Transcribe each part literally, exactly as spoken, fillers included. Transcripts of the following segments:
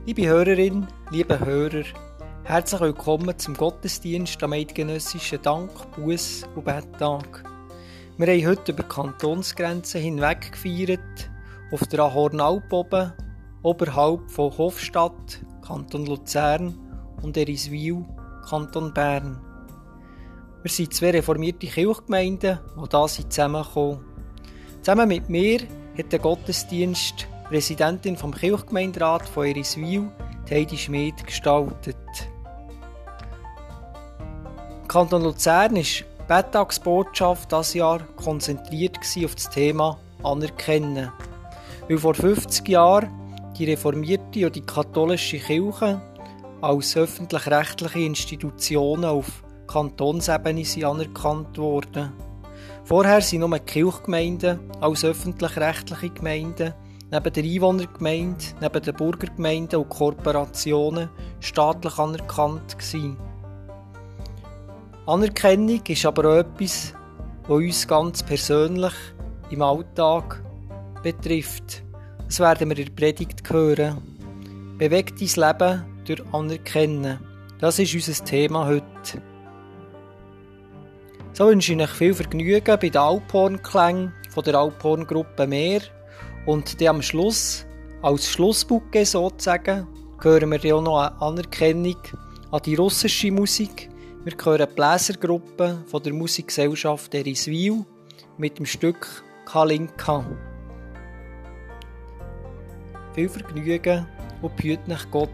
Liebe Hörerin, liebe Hörer, herzlich willkommen zum Gottesdienst am eidgenössischen Dank-, Buß- und Betttag. Wir haben heute über die Kantonsgrenzen hinweg gefeiert, auf der Ahornalp oben, oberhalb von Hofstatt, Kanton Luzern, und Eriswil, Kanton Bern. Wir sind zwei reformierte Kirchgemeinden, die hier zusammengekommen sind. Zusammen mit mir hat der Gottesdienst die Präsidentin vom Kirchgemeinderat von Eriswil, Heidi Schmid, gestaltet. Im Kanton Luzern war die Betttagsbotschaft dieses Jahr konzentriert auf das Thema Anerkennen. Weil vor fünfzig Jahren die reformierte und die katholische Kirche als öffentlich-rechtliche Institutionen auf Kantonsebene anerkannt wurden. Vorher sind nur die Kirchgemeinden als öffentlich-rechtliche Gemeinden neben der Einwohnergemeinde, neben den Bürgergemeinden und Korporationen staatlich anerkannt gewesen. Anerkennung ist aber auch etwas, was uns ganz persönlich im Alltag betrifft. Das werden wir in der Predigt hören. Beweg dein Leben durch Anerkennen. Das ist unser Thema heute. So wünsche ich euch viel Vergnügen bei den Alphornklängen von der Alphorngruppe Meer. Und dann am Schluss, als Schlussbouquet sozusagen, hören wir dann auch noch eine Anerkennung an die russische Musik. Wir hören die Bläsergruppe von der Musikgesellschaft Eriswil mit dem Stück Kalinka. Viel Vergnügen und behüt euch Gott.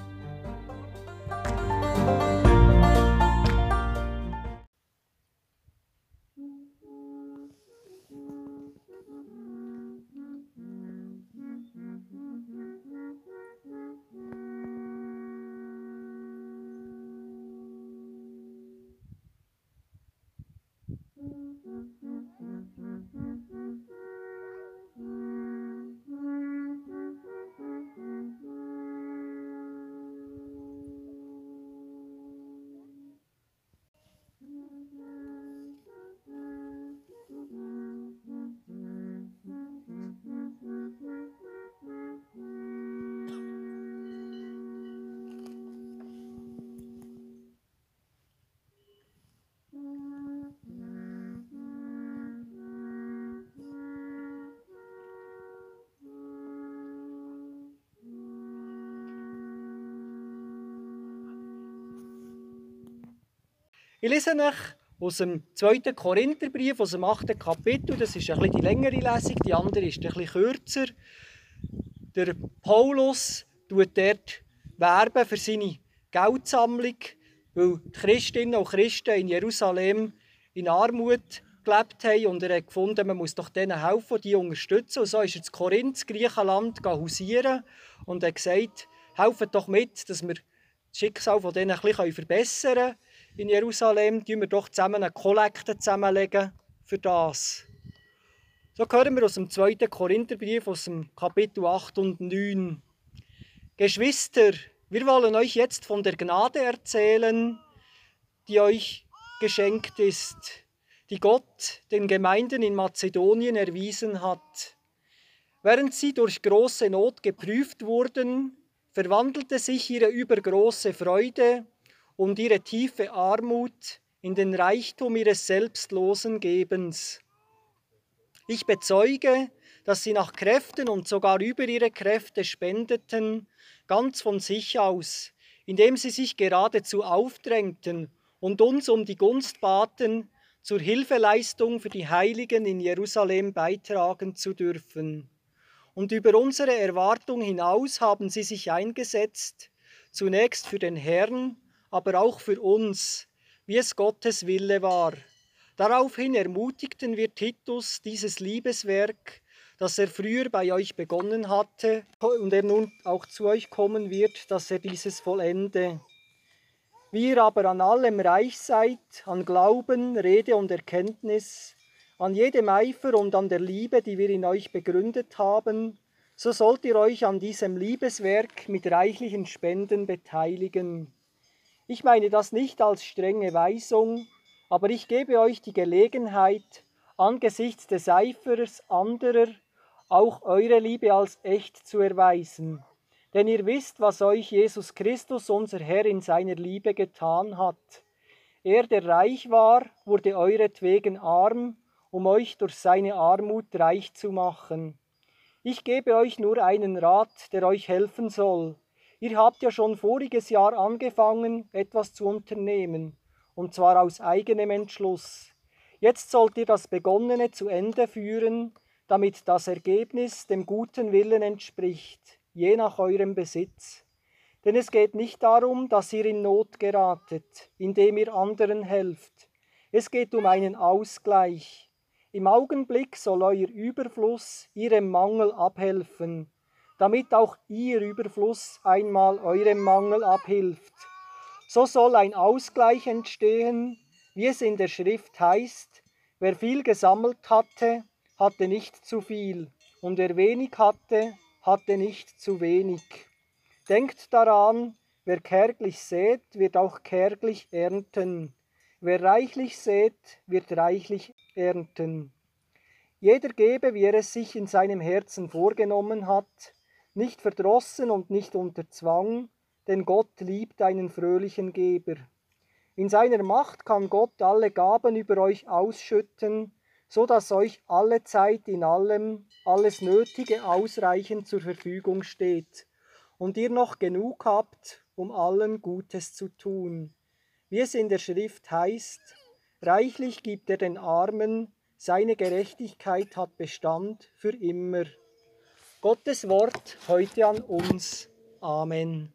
Ich lese euch aus dem zweiten Korintherbrief, aus dem achten Kapitel. Das ist ein bisschen die längere Lesung, die andere ist ein bisschen kürzer. Der Paulus tut dort werben für seine Geldsammlung, weil die Christinnen und Christen in Jerusalem in Armut gelebt haben und er hat gefunden, man muss doch denen helfen, die unterstützen. Und so ist er in Korinth, Griechenland, hausieren und hat gesagt, helft doch mit, dass wir das Schicksal von denen ein bisschen verbessern können. In Jerusalem tun wir doch zusammen eine Kollekte zusammenlegen für das. So hören wir aus dem zweiten Korintherbrief, aus dem Kapitel acht und neun. Geschwister, wir wollen euch jetzt von der Gnade erzählen, die euch geschenkt ist, die Gott den Gemeinden in Mazedonien erwiesen hat. Während sie durch große Not geprüft wurden, verwandelte sich ihre übergroße Freude und ihre tiefe Armut in den Reichtum ihres selbstlosen Gebens. Ich bezeuge, dass sie nach Kräften und sogar über ihre Kräfte spendeten, ganz von sich aus, indem sie sich geradezu aufdrängten und uns um die Gunst baten, zur Hilfeleistung für die Heiligen in Jerusalem beitragen zu dürfen. Und über unsere Erwartung hinaus haben sie sich eingesetzt, zunächst für den Herrn, aber auch für uns, wie es Gottes Wille war. Daraufhin ermutigten wir Titus, dieses Liebeswerk, das er früher bei euch begonnen hatte und er nun auch zu euch kommen wird, dass er dieses vollende. Wie ihr aber an allem reich seid, an Glauben, Rede und Erkenntnis, an jedem Eifer und an der Liebe, die wir in euch begründet haben, so sollt ihr euch an diesem Liebeswerk mit reichlichen Spenden beteiligen. Ich meine das nicht als strenge Weisung, aber ich gebe euch die Gelegenheit, angesichts des Eifers anderer auch eure Liebe als echt zu erweisen. Denn ihr wisst, was euch Jesus Christus, unser Herr, in seiner Liebe getan hat. Er, der reich war, wurde euretwegen arm, um euch durch seine Armut reich zu machen. Ich gebe euch nur einen Rat, der euch helfen soll. Ihr habt ja schon voriges Jahr angefangen, etwas zu unternehmen, und zwar aus eigenem Entschluss. Jetzt sollt ihr das Begonnene zu Ende führen, damit das Ergebnis dem guten Willen entspricht, je nach eurem Besitz. Denn es geht nicht darum, dass ihr in Not geratet, indem ihr anderen helft. Es geht um einen Ausgleich. Im Augenblick soll euer Überfluss ihrem Mangel abhelfen, damit auch ihr Überfluss einmal eurem Mangel abhilft. So soll ein Ausgleich entstehen, wie es in der Schrift heißt, wer viel gesammelt hatte, hatte nicht zu viel, und wer wenig hatte, hatte nicht zu wenig. Denkt daran, wer kärglich sät, wird auch kärglich ernten. Wer reichlich sät, wird reichlich ernten. Jeder gebe, wie er es sich in seinem Herzen vorgenommen hat, nicht verdrossen und nicht unter Zwang, denn Gott liebt einen fröhlichen Geber. In seiner Macht kann Gott alle Gaben über euch ausschütten, so dass euch alle Zeit in allem alles Nötige ausreichend zur Verfügung steht und ihr noch genug habt, um allen Gutes zu tun. Wie es in der Schrift heißt, reichlich gibt er den Armen, seine Gerechtigkeit hat Bestand für immer. Gottes Wort heute an uns. Amen.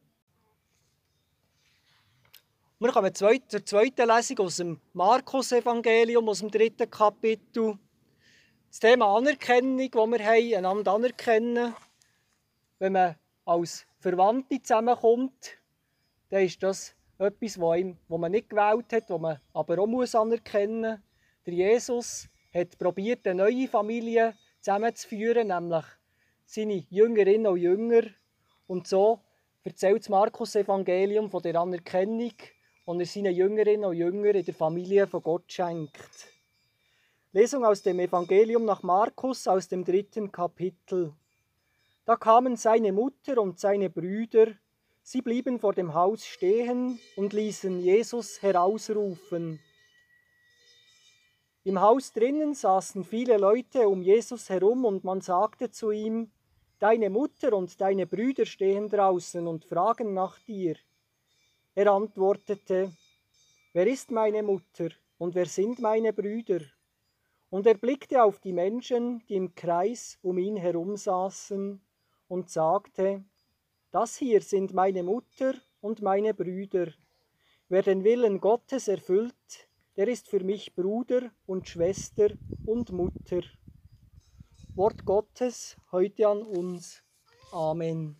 Wir kommen zur zweiten Lesung aus dem Markus-Evangelium, aus dem dritten Kapitel. Das Thema Anerkennung, das wir haben, einander anerkennen. Wenn man als Verwandte zusammenkommt, dann ist das etwas, das man nicht gewählt hat, das man aber auch muss anerkennen muss. Der Jesus hat probiert, eine neue Familie zusammenzuführen, nämlich seine Jüngerinnen und Jünger. Und so erzählt das Markus-Evangelium von der Anerkennung, die er seinen Jüngerinnen und Jüngern in der Familie von Gott schenkt. Lesung aus dem Evangelium nach Markus aus dem dritten Kapitel. Da kamen seine Mutter und seine Brüder, sie blieben vor dem Haus stehen und ließen Jesus herausrufen. Im Haus drinnen saßen viele Leute um Jesus herum und man sagte zu ihm, »Deine Mutter und deine Brüder stehen draußen und fragen nach dir.« Er antwortete, »Wer ist meine Mutter und wer sind meine Brüder?« Und er blickte auf die Menschen, die im Kreis um ihn herum saßen, und sagte, »Das hier sind meine Mutter und meine Brüder. Wer den Willen Gottes erfüllt, der ist für mich Bruder und Schwester und Mutter.« Wort Gottes heute an uns. Amen.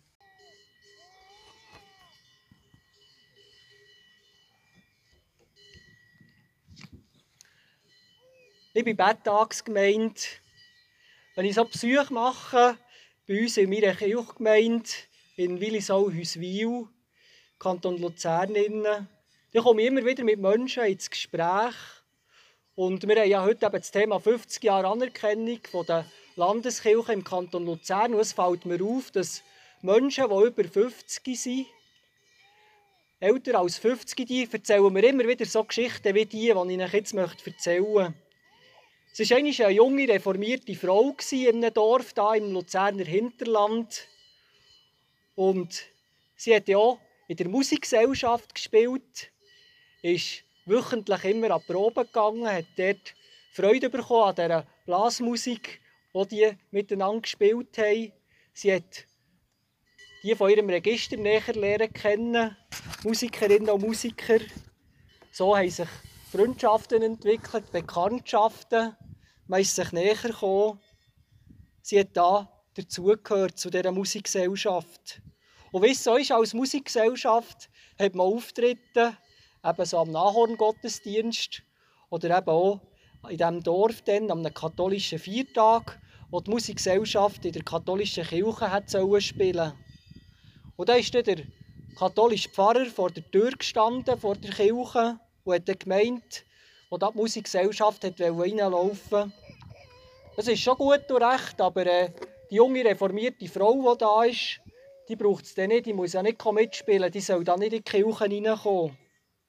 Liebe Bettagsgemeinde, wenn ich so Besuche mache, bei uns in meiner Kirchgemeinde in Willisau-Hüswil, Kanton Luzern, dann komme ich immer wieder mit Menschen ins Gespräch. Und wir haben ja heute eben das Thema fünfzig Jahre Anerkennung der Landeskirche im Kanton Luzern. Und es fällt mir auf, dass Menschen, die über fünfzig sind, älter als fünfzig, die erzählen mir immer wieder so Geschichten wie die, die ich Ihnen jetzt erzählen möchte. Es war eine junge, reformierte Frau in einem Dorf hier im Luzerner Hinterland. Und sie hat ja auch in der Musikgesellschaft gespielt, ist wöchentlich immer an die Probe gegangen, hat dort Freude bekommen an dieser Blasmusik, die die miteinander gespielt haben. Sie hat die von ihrem Register näher lernen kennen, Musikerinnen und Musiker. So haben sich Freundschaften entwickelt, Bekanntschaften. Man ist sich näher gekommen. Sie hat da dazugehört zu dieser Musikgesellschaft. Und wie es so ist, als Musikgesellschaft hat man Auftritte, eben so am Nahorngottesdienst oder eben auch in diesem Dorf dann, am katholischen Viertag, wo die Musikgesellschaft in der katholischen Kirche hat spielen. Und da ist dann der katholische Pfarrer vor der Tür gestanden, vor der Kirche, und hat dann gemeint, wo die Musikgesellschaft reinlaufen wollte. Das ist schon gut und recht, aber äh, die junge reformierte Frau, die da ist, die braucht es dann nicht, die muss ja nicht mitspielen, die soll da nicht in die Kirche reinkommen.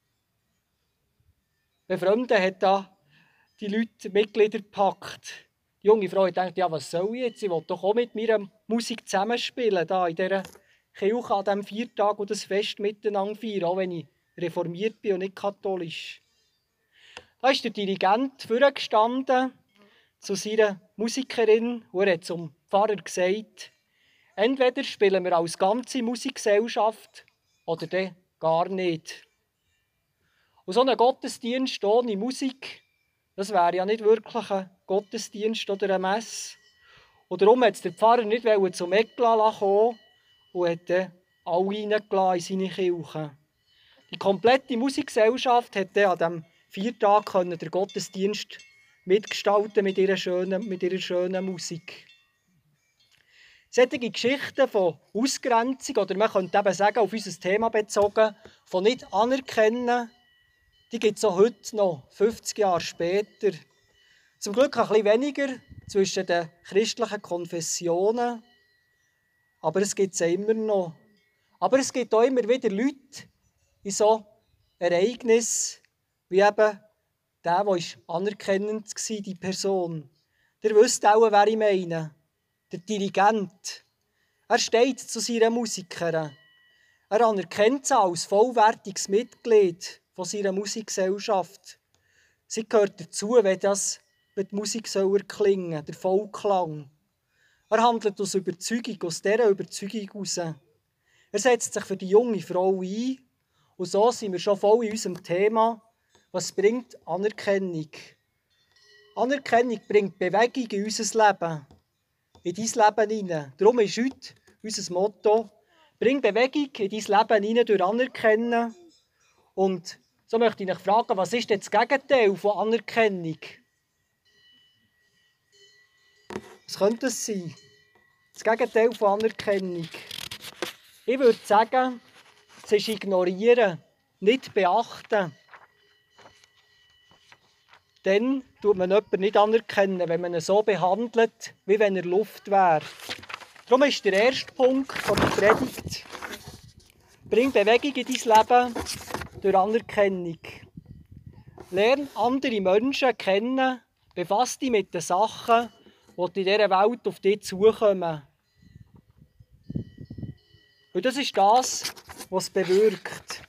Der Fremde hat da die Leute, die Mitglieder gepackt. Die junge Frau hat gedacht, ja, was soll ich jetzt? Ich will doch auch mit meiner Musik zusammenspielen, da in dieser Kirche an diesem Viertag und das Fest miteinander feiern, auch wenn ich reformiert bin und nicht katholisch. Da ist der Dirigent vorgestanden zu seiner Musikerin und er hat zum Pfarrer gesagt, entweder spielen wir als ganze Musikgesellschaft oder dann gar nicht. Und so ein Gottesdienst ohne Musik, das wäre ja nicht wirklich ein Gottesdienst oder eine Messe. Und darum hat der Pfarrer nicht zum Eklat kommen und hat dann alle reingelassen in seine Kirche. Die komplette Musikgesellschaft hat dann an diesem Viertag den Gottesdienst mitgestalten mit ihrer schönen, mit ihrer schönen Musik. Solche Geschichten von Ausgrenzung, oder man könnte eben sagen, auf unser Thema bezogen, von nicht anerkennen, die gibt es auch heute noch, fünfzig Jahre später. Zum Glück ein bisschen weniger zwischen den christlichen Konfessionen, aber es gibt es immer noch. Aber es gibt auch immer wieder Leute in so Ereignissen, wie eben der, der anerkennend war, die Person. Ihr wisst auch, wer ich meine. Der Dirigent. Er steht zu seiner Musikerin. Er anerkennt sie als vollwertiges Mitglied von seiner Musikgesellschaft. Sie gehört dazu, wenn, das, wenn die Musik soll erklingen, der Vollklang. Er handelt aus Überzeugung, aus dieser Überzeugung heraus. Er setzt sich für die junge Frau ein. Und so sind wir schon voll in unserem Thema. Was bringt Anerkennung? Anerkennung bringt Bewegung in unser Leben, in dein Leben hinein. Darum ist heute unser Motto, bring Bewegung in dein Leben hinein durch Anerkennen. Und so möchte ich euch fragen, was ist denn das Gegenteil von Anerkennung? Was könnte es sein? Das Gegenteil von Anerkennung. Ich würde sagen, es ist ignorieren, nicht beachten. Dann tut man jemanden nicht anerkennen, wenn man ihn so behandelt, wie wenn er Luft wäre. Darum ist der erste Punkt der Predigt, bring Bewegung in dein Leben durch Anerkennung. Lerne andere Menschen kennen, befasse dich mit den Sachen, die in dieser Welt auf dich zukommen. Und das ist das, was es bewirkt.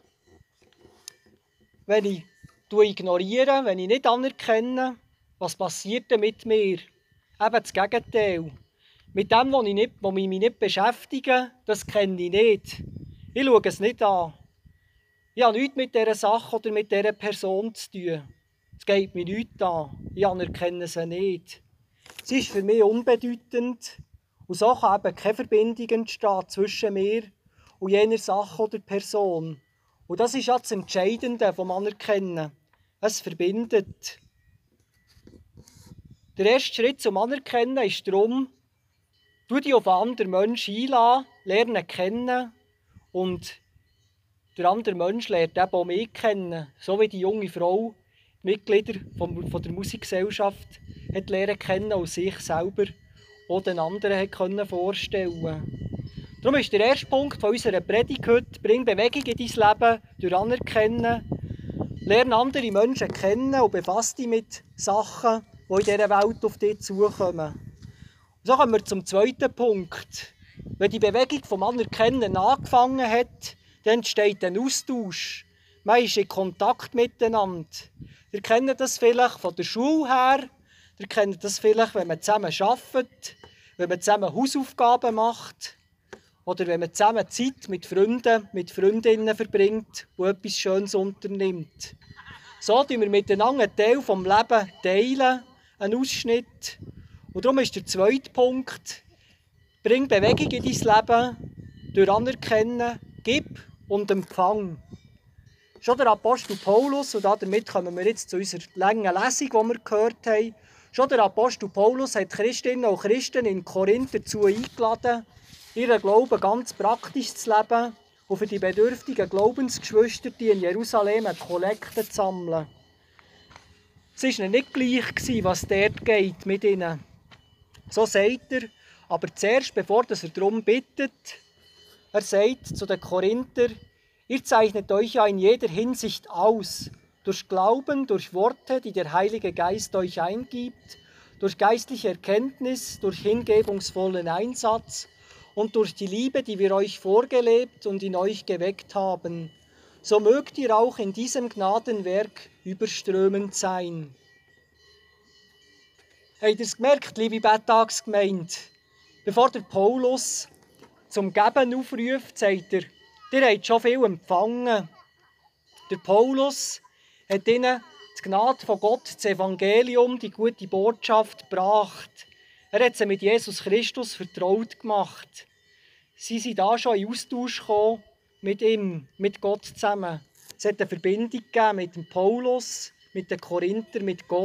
Wenn ich ignoriere, wenn ich nicht anerkenne, was passiert denn mit mir? Eben das Gegenteil. Mit dem, was ich, nicht, was ich mich nicht beschäftige, das kenne ich nicht. Ich schaue es nicht an. Ich habe nichts mit dieser Sache oder mit dieser Person zu tun. Es geht mir nichts an. Ich anerkenne sie nicht. Sie ist für mich unbedeutend. Und so kann eben keine Verbindung entstehen zwischen mir und jener Sache oder Person. Und das ist ja das Entscheidende vom Anerkennen. Es verbindet. Der erste Schritt zum Anerkennen ist darum, du dich auf einen anderen Menschen einlassen, lernen kennen und der andere Mensch lernt eben auch mich kennen. So wie die junge Frau die Mitglieder von, von der Musikgesellschaft hat lernen kennen und sich selber auch den anderen hat können vorstellen. Darum ist der erste Punkt von unserer Predigt heute, bring Bewegung in dein Leben durch Anerkennen. Lerne andere Menschen kennen und befasse dich mit Sachen, die in dieser Welt auf dich zukommen. Und so kommen wir zum zweiten Punkt. Wenn die Bewegung vom Anerkennen angefangen hat, dann entsteht ein Austausch. Man ist in Kontakt miteinander. Ihr kennt das vielleicht von der Schule her. Ihr kennt das vielleicht, wenn man zusammen arbeitet, wenn man zusammen Hausaufgaben macht oder wenn man zusammen Zeit mit Freunden, mit Freundinnen verbringt und etwas Schönes unternimmt. So teilen wir miteinander einen Teil vom Leben teilen, einen Ausschnitt. Und darum ist der zweite Punkt, bring Bewegung in dein Leben durch Anerkennen, gib und empfang. Schon der Apostel Paulus, und damit kommen wir jetzt zu unserer langen Lesung, die wir gehört haben, schon der Apostel Paulus hat Christinnen und Christen in Korinth dazu eingeladen, ihren Glauben ganz praktisch zu leben und für die bedürftigen Glaubensgeschwister, die in Jerusalem eine Kollekte zu sammeln. Es war ihnen nicht gleich, was dort geht mit ihnen. So sagt er, aber zuerst, bevor er darum bittet, Er sagt zu den Korinther, ihr zeichnet euch ja in jeder Hinsicht aus, durch Glauben, durch Worte, die der Heilige Geist euch eingibt, durch geistliche Erkenntnis, durch hingebungsvollen Einsatz und durch die Liebe, die wir euch vorgelebt und in euch geweckt haben. So mögt ihr auch in diesem Gnadenwerk überströmend sein. Habt ihr es gemerkt, liebe Bettagsgemeinde? Bevor der Paulus zum Geben aufruft, sagt er, ihr habt schon viel empfangen. Der Paulus hat ihnen die Gnade von Gott, das Evangelium, die gute Botschaft gebracht. Er hat sie mit Jesus Christus vertraut gemacht. Sie sind da schon in Austausch gekommen mit ihm, mit Gott zusammen. Es hat eine Verbindung gegeben mit dem Paulus, mit den Korinther, mit Gott.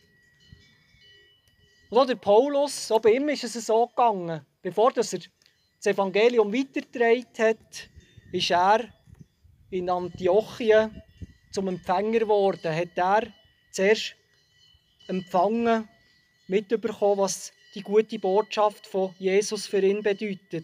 Und auch der Paulus, auch bei ihm ist es so gegangen. Bevor er das Evangelium weitergetragen hat, ist er in Antiochien zum Empfänger geworden. Hat er zuerst empfangen, mitbekommen, was die gute Botschaft von Jesus für ihn bedeutet.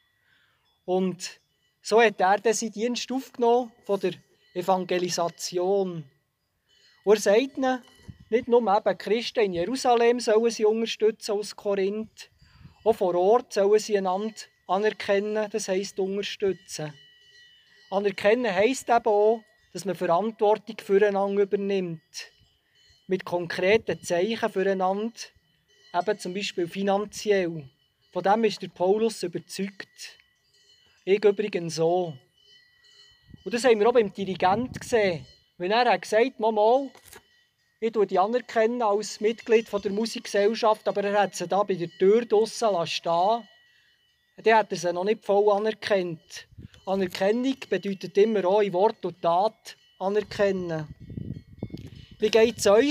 Und so hat er dann seinen Dienst aufgenommen von der Evangelisation. Und er sagt ihnen, nicht nur eben Christen in Jerusalem sollen sie unterstützen aus Korinth, auch vor Ort sollen sie einander anerkennen, das heisst unterstützen. Anerkennen heisst eben auch, dass man Verantwortung füreinander übernimmt. Mit konkreten Zeichen füreinander, eben zum Beispiel finanziell. Von dem ist der Paulus überzeugt. Ich übrigens so. Und das haben wir auch beim Dirigent gesehen. Wenn er hat gesagt, Mama, ich tue die anerkennen als Mitglied der Musikgesellschaft, aber er hat sie da bei der Tür draussen stehen. Dann hat er sie noch nicht voll anerkannt. Anerkennung bedeutet immer auch in Wort und Tat anerkennen. Wie geht es euch,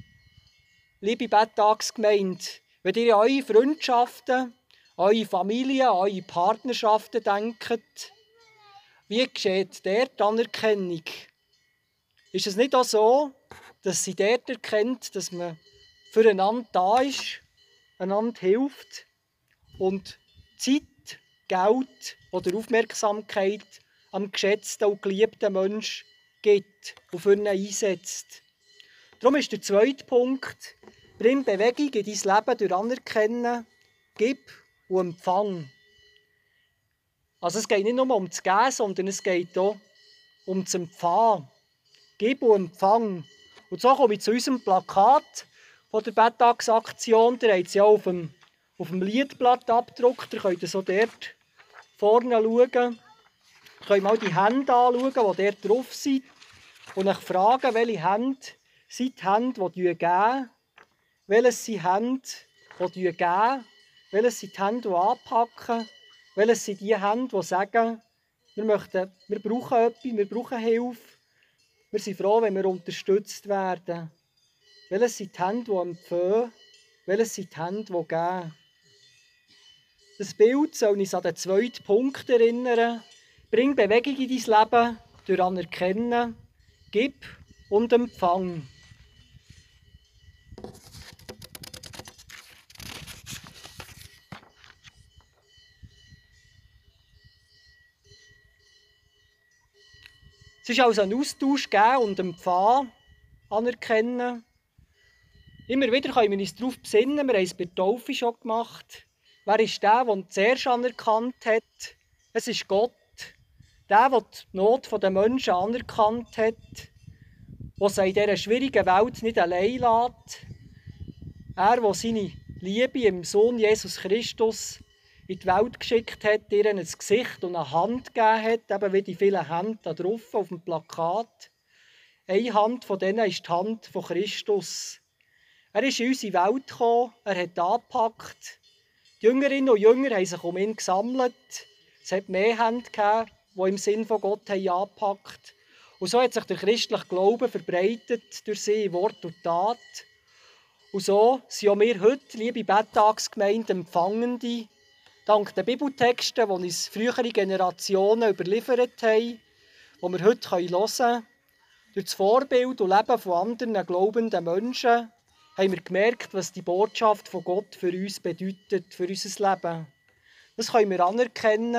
liebe Bettagsgemeinde, wenn ihr an eure Freundschaften, eure Familie, eure Partnerschaften denkt? Wie geschieht dort die Anerkennung? Ist es nicht auch so, dass sie dort erkennt, dass man füreinander da ist, einander hilft und Zeit, Geld oder Aufmerksamkeit am geschätzten und geliebten Menschen gibt und für ihn einsetzt? Darum ist der zweite Punkt, bring Bewegung in dein Leben durch Anerkennen, gib und empfang. Also es geht nicht nur um das Geben, sondern es geht auch um das Empfangen. Gib und empfang. Und so komme ich zu unserem Plakat von der Bettagsaktion. Ihr habt es ja auf dem, auf dem Liedblatt abgedruckt. Ihr könnt so dort vorne schauen. Ihr könnt mal die Hände anschauen, die dort drauf sind. Und euch fragen, welche Hände sind die Hände, die geben. Welches sind die Hände, die geben. Welches sind die Hände, die anpacken. Welches sind die Hände, die sagen, wir, möchten, wir brauchen etwas, wir brauchen Hilfe. Wir sind froh, wenn wir unterstützt werden. Welches sind die Hände, die empfehlen? Welches sind die Hände, die geben? Das Bild soll uns an den zweiten Punkt erinnern. Bring Bewegung in dein Leben durch Anerkennen, gib und empfang. Es ist also ein Austausch geben und empfangen, anerkennen. Immer wieder können wir uns darauf besinnen, wir haben es bei der Taufe schon gemacht. Wer ist der, der zuerst anerkannt hat? Es ist Gott. Der, der die Not der Menschen anerkannt hat, der sie in dieser schwierigen Welt nicht allein lässt. Er, der seine Liebe im Sohn Jesus Christus in die Welt geschickt hat, ihr ein Gesicht und eine Hand gegeben hat, eben wie die vielen Hände da drauf auf dem Plakat. Eine Hand von denen ist die Hand von Christus. Er ist in unsere Welt gekommen, er hat angepackt. Die Jüngerinnen und Jünger haben sich um ihn gesammelt. Es hat mehr Hände gegeben, die im Sinn von Gott haben angepackt. Und so hat sich der christliche Glaube verbreitet durch sie in Wort und Tat. Und so sind auch wir heute, liebe Bettagsgemeinde, Empfangende, dank den Bibeltexten, die uns frühere Generationen überliefert haben, die wir heute hören können, durch das Vorbild und Leben von anderen glaubenden Menschen, haben wir gemerkt, was die Botschaft von Gott für uns bedeutet, für unser Leben. Das können wir anerkennen und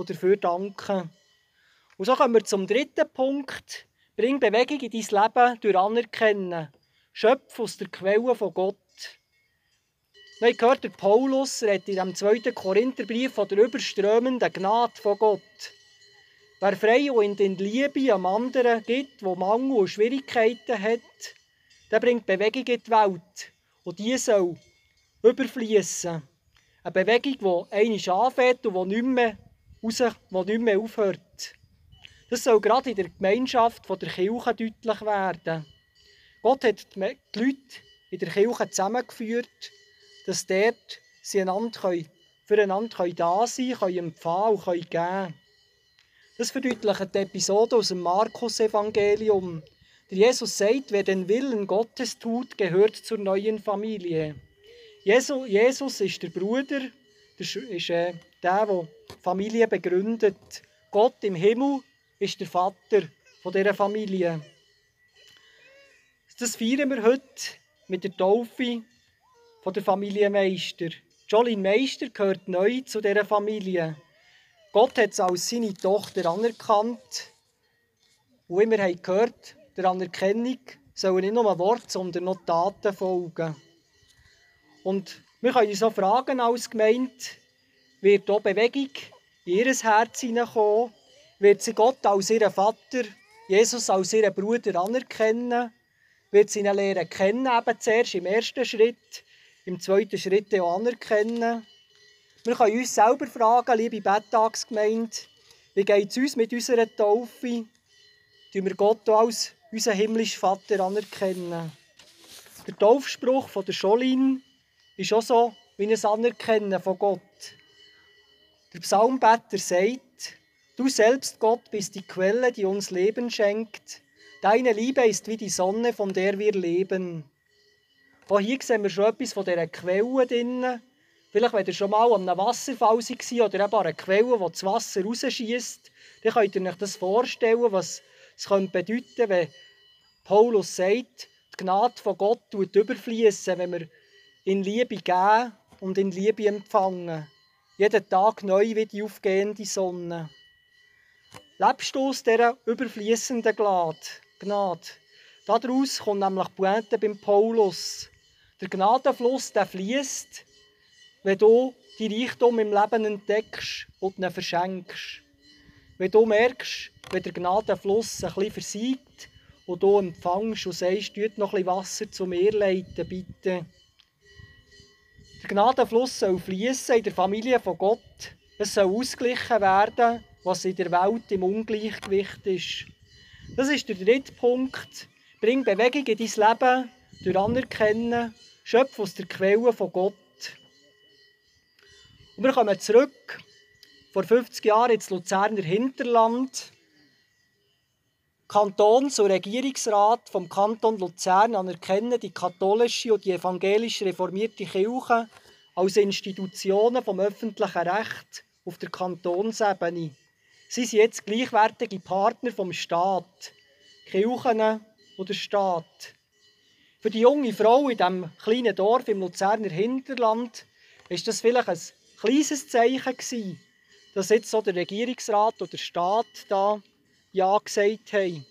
und dafür danken. Und so kommen wir zum dritten Punkt. Bring Bewegung in dein Leben durch Anerkennen. Schöpfe aus der Quelle von Gott. Wir haben gehört, der Paulus redet in dem zweiten Korintherbrief von der überströmenden Gnade von Gott. Wer frei und in Liebe am anderen gibt, der Mangel und Schwierigkeiten hat, der bringt Bewegung in die Welt. Und die soll überfließen. Eine Bewegung, die einmal anfängt und die nicht mehr, raus, die nicht mehr aufhört. Das soll gerade in der Gemeinschaft der Kirche deutlich werden. Gott hat die Leute in der Kirche zusammengeführt, dass dort sie einander füreinander da sein können, empfangen und geben können. Das verdeutlicht die Episode aus dem Markus-Evangelium. Der Jesus sagt, wer den Willen Gottes tut, gehört zur neuen Familie. Jesus ist der Bruder, ist der, der die Familie begründet. Gott im Himmel ist der Vater dieser Familie. Das feiern wir heute mit der Taufe der Familie Meister. Jolene Meister gehört neu zu dieser Familie. Gott hat sie als seine Tochter anerkannt. Und wie wir haben gehört, der Anerkennung sollen nicht nur Worte, sondern noch Taten folgen. Und wir können uns auch fragen als Gemeinde, wird hier Bewegung in ihr Herz hineinkommen? Wird sie Gott als ihren Vater, Jesus als ihren Bruder anerkennen? Wird sie ihn lernen kennen, eben zuerst im ersten Schritt, im zweiten Schritt auch anerkennen? Wir können uns selber fragen, liebe Bettagsgemeinde, wie geht es uns mit unserer Taufe? Tun wir Gott als unseren himmlischen Vater anerkennen? Der Taufspruch von der Jolene ist auch so wie ein Anerkennen von Gott. Der Psalmbeter sagt, du selbst, Gott, bist die Quelle, die uns Leben schenkt. Deine Liebe ist wie die Sonne, von der wir leben. Auch hier sehen wir schon etwas von dieser Quelle drin. Vielleicht, wenn ihr schon mal an einem Wasserfall war oder eben an einer Quelle, wo das Wasser rausschiesst, dann könnt ihr euch das vorstellen, was es bedeuten könnte, wenn Paulus sagt, die Gnade von Gott tut überfließen, wenn wir in Liebe geben und in Liebe empfangen. Jeden Tag neu wie die aufgehende Sonne. Lebst du aus dieser überfließenden Gnade? Daraus kommt nämlich die Pointe beim Paulus. Der Gnadenfluss, der fließt, wenn du die Reichtum im Leben entdeckst und ihn verschenkst. Wenn du merkst, wenn der Gnadenfluss ein bisschen versiegt und du empfängst und sagst, tut noch ein bisschen Wasser zu mir leiten, bitte. Der Gnadenfluss soll fließen in der Familie von Gott. Es soll ausgeglichen werden, was in der Welt im Ungleichgewicht ist. Das ist der dritte Punkt. Bring Bewegung in dein Leben durch Anerkennen, schöpfe aus der Quelle von Gott. Und wir kommen zurück, vor fünfzig Jahren ins Luzerner Hinterland. Kantons- und Regierungsrat vom Kanton Luzern anerkennen die katholische und die evangelisch reformierte Kirche als Institutionen vom öffentlichen Recht auf der Kantonsebene. Sie sind jetzt gleichwertige Partner vom Staat, Kirchen und der Staat. Für die junge Frau in diesem kleinen Dorf im Luzerner Hinterland war das vielleicht ein kleines Zeichen gewesen, dass jetzt so der Regierungsrat oder der Staat da Ja gesagt haben.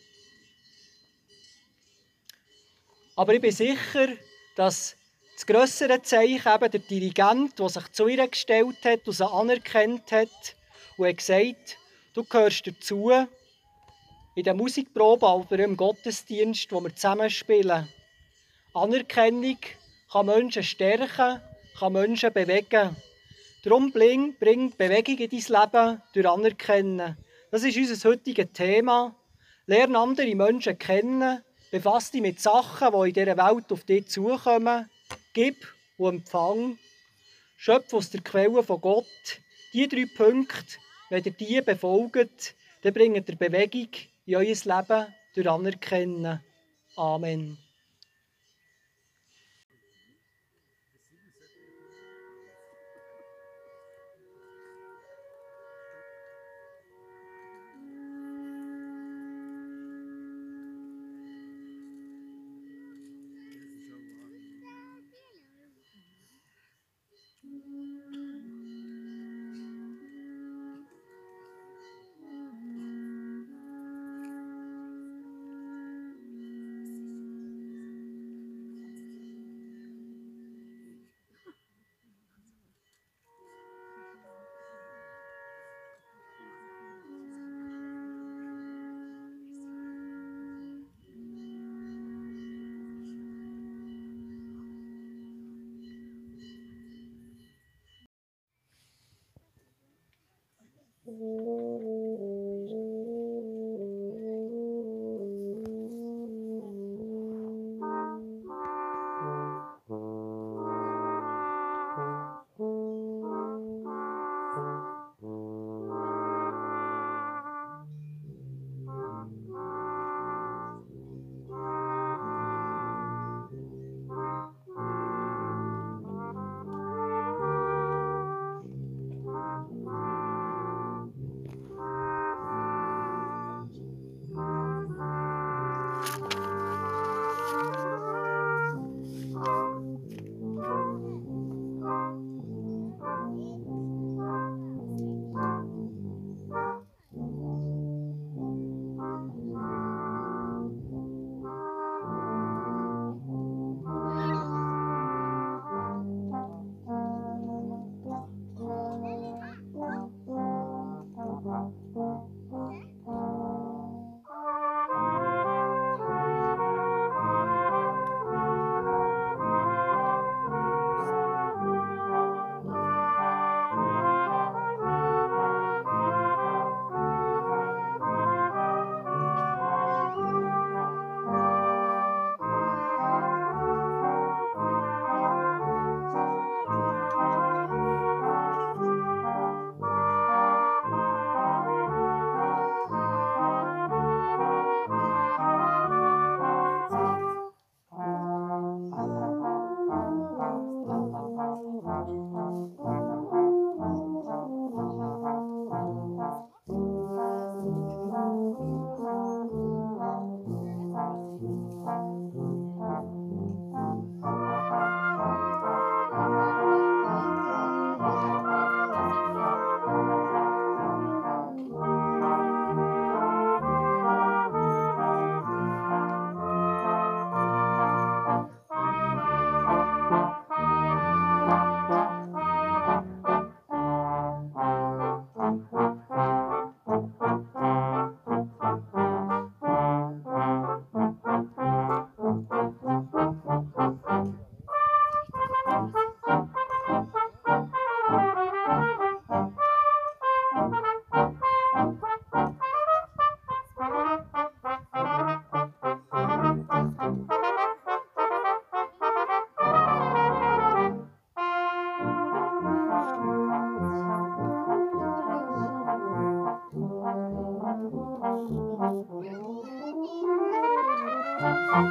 Aber ich bin sicher, dass das grössere Zeichen eben der Dirigent, der sich zu ihr gestellt hat und sie anerkannt hat und hat gesagt, du gehörst dazu in der Musikprobe oder im Gottesdienst, wo wir zusammen spielen. Anerkennung kann Menschen stärken, kann Menschen bewegen. Darum bring, bring Bewegung in dein Leben durch Anerkennen. Das ist unser heutiges Thema. Lerne andere Menschen kennen, befasse dich mit Sachen, die in dieser Welt auf dich zukommen. Gib und empfang. Schöpfe aus der Quelle von Gott. Diese drei Punkte, wenn ihr die befolgt, dann bringt ihr Bewegung in euer Leben durch Anerkennen. Amen.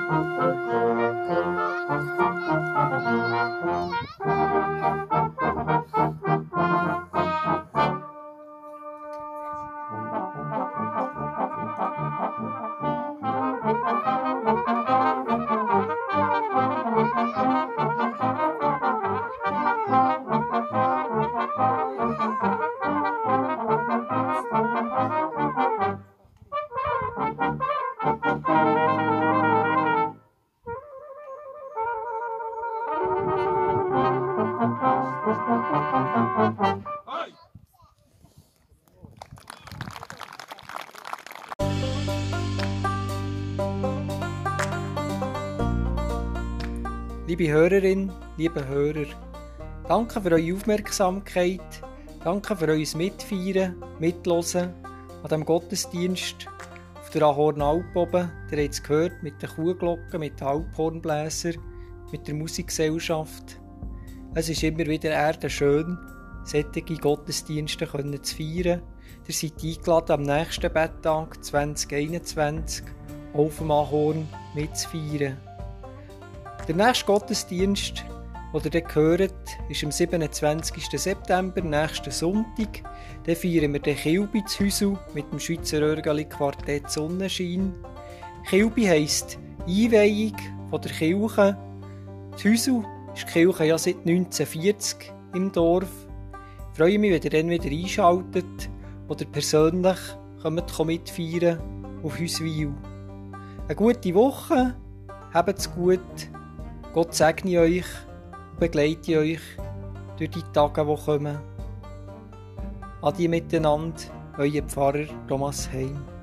Liebe Hörerin, liebe Hörer, danke für eure Aufmerksamkeit, danke für euer Mitfeiern, Mitlosen an diesem Gottesdienst auf der Ahornalp oben. Ihr habt es gehört mit den Kuhglocken, mit den Alphornbläsern, mit der Musikgesellschaft. Es ist immer wieder erdenschön, solche Gottesdienste zu feiern. Ihr seid eingeladen, am nächsten Betttag zwanzig einundzwanzig auf dem Ahorn mitzufeiern. Der nächste Gottesdienst, den ihr dann hört, ist am siebenundzwanzigsten September, nächsten Sonntag. Dann feiern wir den Kilby zu Hüsel mit dem Schweizer Örgeli-Quartett Sonnenschein. Kilby heisst Einweihung von der Kirche. Zu Hüsel ist die Kirche ja seit neunzehnhundertvierzig im Dorf. Ich freue mich, wenn ihr dann wieder einschaltet oder persönlich kommt mitfeiern auf Hüswil. Eine gute Woche, habt's gut. Gott segne euch und begleite euch durch die Tage, die kommen. Adi miteinander, euer Pfarrer Thomas Heim.